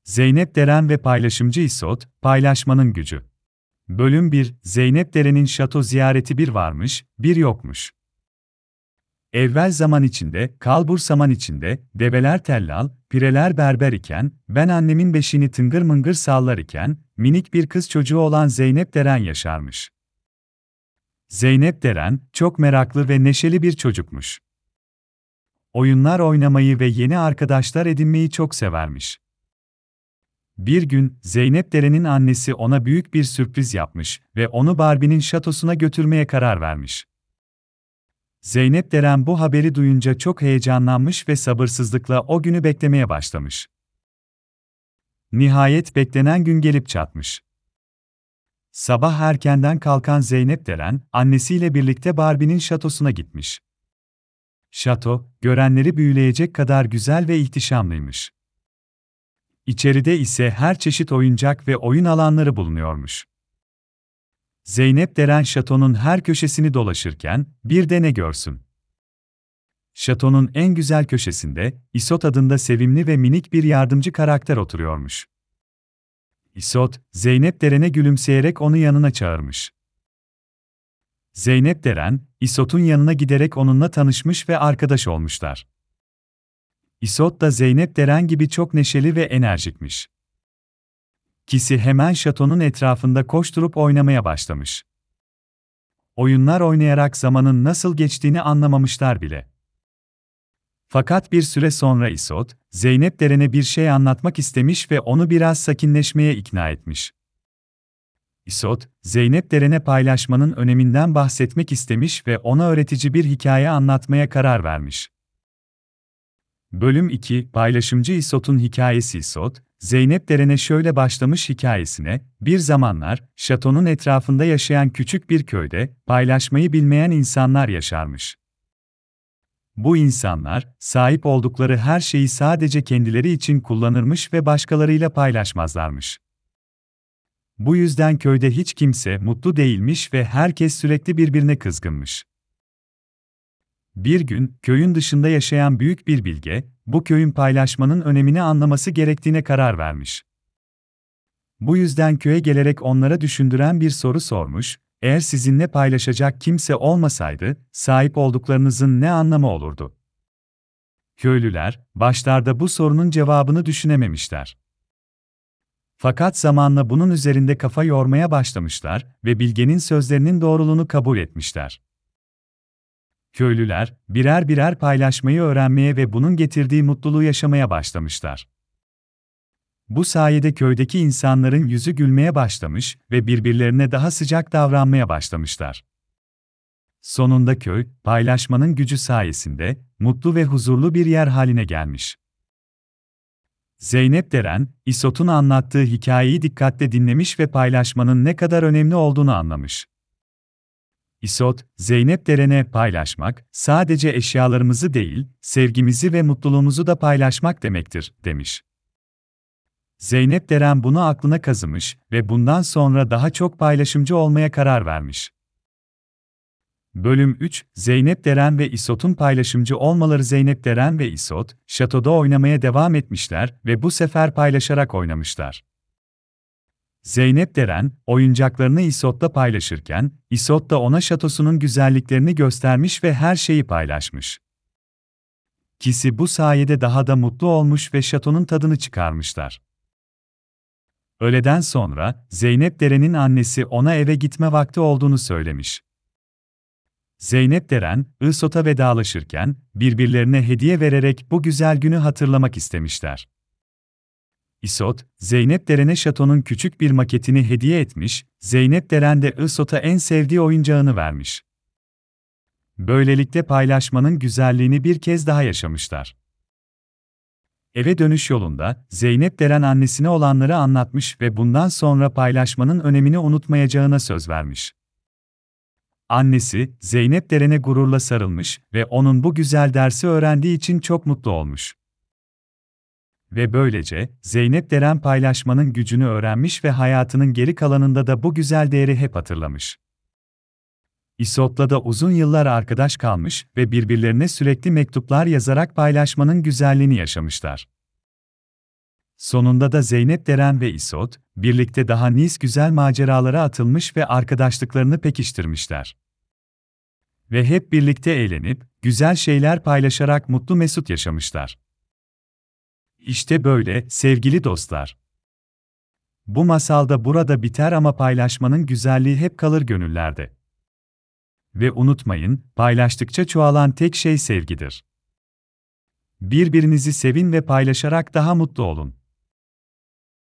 Zeynep Deren ve paylaşımcı İsot, paylaşmanın gücü. Bölüm 1, Zeynep Deren'in şato ziyareti bir varmış, bir yokmuş. Evvel zaman içinde, kalbur saman içinde, develer tellal, pireler berber iken, ben annemin beşiğini tıngır mıngır sallar iken, minik bir kız çocuğu olan Zeynep Deren yaşarmış. Zeynep Deren, çok meraklı ve neşeli bir çocukmuş. Oyunlar oynamayı ve yeni arkadaşlar edinmeyi çok severmiş. Bir gün, Zeynep Deren'in annesi ona büyük bir sürpriz yapmış ve onu Barbie'nin şatosuna götürmeye karar vermiş. Zeynep Deren bu haberi duyunca çok heyecanlanmış ve sabırsızlıkla o günü beklemeye başlamış. Nihayet beklenen gün gelip çatmış. Sabah erkenden kalkan Zeynep Deren, annesiyle birlikte Barbie'nin şatosuna gitmiş. Şato, görenleri büyüleyecek kadar güzel ve ihtişamlıymış. İçeride ise her çeşit oyuncak ve oyun alanları bulunuyormuş. Zeynep Deren şatonun her köşesini dolaşırken, bir de ne görsün? Şatonun en güzel köşesinde, İsot adında sevimli ve minik bir yardımcı karakter oturuyormuş. İsot, Zeynep Deren'e gülümseyerek onu yanına çağırmış. Zeynep Deren, İsot'un yanına giderek onunla tanışmış ve arkadaş olmuşlar. İsot da Zeynep Deren gibi çok neşeli ve enerjikmiş. İkisi hemen şatonun etrafında koşturup oynamaya başlamış. Oyunlar oynayarak zamanın nasıl geçtiğini anlamamışlar bile. Fakat bir süre sonra İsot, Zeynep Deren'e bir şey anlatmak istemiş ve onu biraz sakinleşmeye ikna etmiş. İsot, Zeynep Deren'e paylaşmanın öneminden bahsetmek istemiş ve ona öğretici bir hikaye anlatmaya karar vermiş. Bölüm 2, Paylaşımcı İsot'un hikayesi. İsot, Zeynep Deren'e şöyle başlamış hikayesine: bir zamanlar, şatonun etrafında yaşayan küçük bir köyde, paylaşmayı bilmeyen insanlar yaşarmış. Bu insanlar, sahip oldukları her şeyi sadece kendileri için kullanırmış ve başkalarıyla paylaşmazlarmış. Bu yüzden köyde hiç kimse mutlu değilmiş ve herkes sürekli birbirine kızgınmış. Bir gün, köyün dışında yaşayan büyük bir bilge, bu köyün paylaşmanın önemini anlaması gerektiğine karar vermiş. Bu yüzden köye gelerek onlara düşündüren bir soru sormuş: eğer sizinle paylaşacak kimse olmasaydı, sahip olduklarınızın ne anlamı olurdu? Köylüler, başlarda bu sorunun cevabını düşünememişler. Fakat zamanla bunun üzerinde kafa yormaya başlamışlar ve bilgenin sözlerinin doğruluğunu kabul etmişler. Köylüler, birer birer paylaşmayı öğrenmeye ve bunun getirdiği mutluluğu yaşamaya başlamışlar. Bu sayede köydeki insanların yüzü gülmeye başlamış ve birbirlerine daha sıcak davranmaya başlamışlar. Sonunda köy, paylaşmanın gücü sayesinde mutlu ve huzurlu bir yer haline gelmiş. Zeynep Deren, İsot'un anlattığı hikayeyi dikkatle dinlemiş ve paylaşmanın ne kadar önemli olduğunu anlamış. İsot, Zeynep Deren'e paylaşmak, sadece eşyalarımızı değil, sevgimizi ve mutluluğumuzu da paylaşmak demektir, demiş. Zeynep Deren bunu aklına kazımış ve bundan sonra daha çok paylaşımcı olmaya karar vermiş. Bölüm 3, Zeynep Deren ve İsot'un paylaşımcı olmaları. Zeynep Deren ve İsot, şatoda oynamaya devam etmişler ve bu sefer paylaşarak oynamışlar. Zeynep Deren, oyuncaklarını İsot'la paylaşırken, İsot da ona şatosunun güzelliklerini göstermiş ve her şeyi paylaşmış. İkisi bu sayede daha da mutlu olmuş ve şatonun tadını çıkarmışlar. Öğleden sonra, Zeynep Deren'in annesi ona eve gitme vakti olduğunu söylemiş. Zeynep Deren, İsot'a vedalaşırken, birbirlerine hediye vererek bu güzel günü hatırlamak istemişler. İsot, Zeynep Deren'e şatonun küçük bir maketini hediye etmiş, Zeynep Deren de İsot'a en sevdiği oyuncağını vermiş. Böylelikle paylaşmanın güzelliğini bir kez daha yaşamışlar. Eve dönüş yolunda, Zeynep Deren annesine olanları anlatmış ve bundan sonra paylaşmanın önemini unutmayacağına söz vermiş. Annesi, Zeynep Deren'e gururla sarılmış ve onun bu güzel dersi öğrendiği için çok mutlu olmuş. Ve böylece, Zeynep Deren paylaşmanın gücünü öğrenmiş ve hayatının geri kalanında da bu güzel değeri hep hatırlamış. İsot'la da uzun yıllar arkadaş kalmış ve birbirlerine sürekli mektuplar yazarak paylaşmanın güzelliğini yaşamışlar. Sonunda da Zeynep Deren ve İsot, birlikte daha nice güzel maceralara atılmış ve arkadaşlıklarını pekiştirmişler. Ve hep birlikte eğlenip, güzel şeyler paylaşarak mutlu mesut yaşamışlar. İşte böyle, sevgili dostlar. Bu masal da burada biter ama paylaşmanın güzelliği hep kalır gönüllerde. Ve unutmayın, paylaştıkça çoğalan tek şey sevgidir. Birbirinizi sevin ve paylaşarak daha mutlu olun.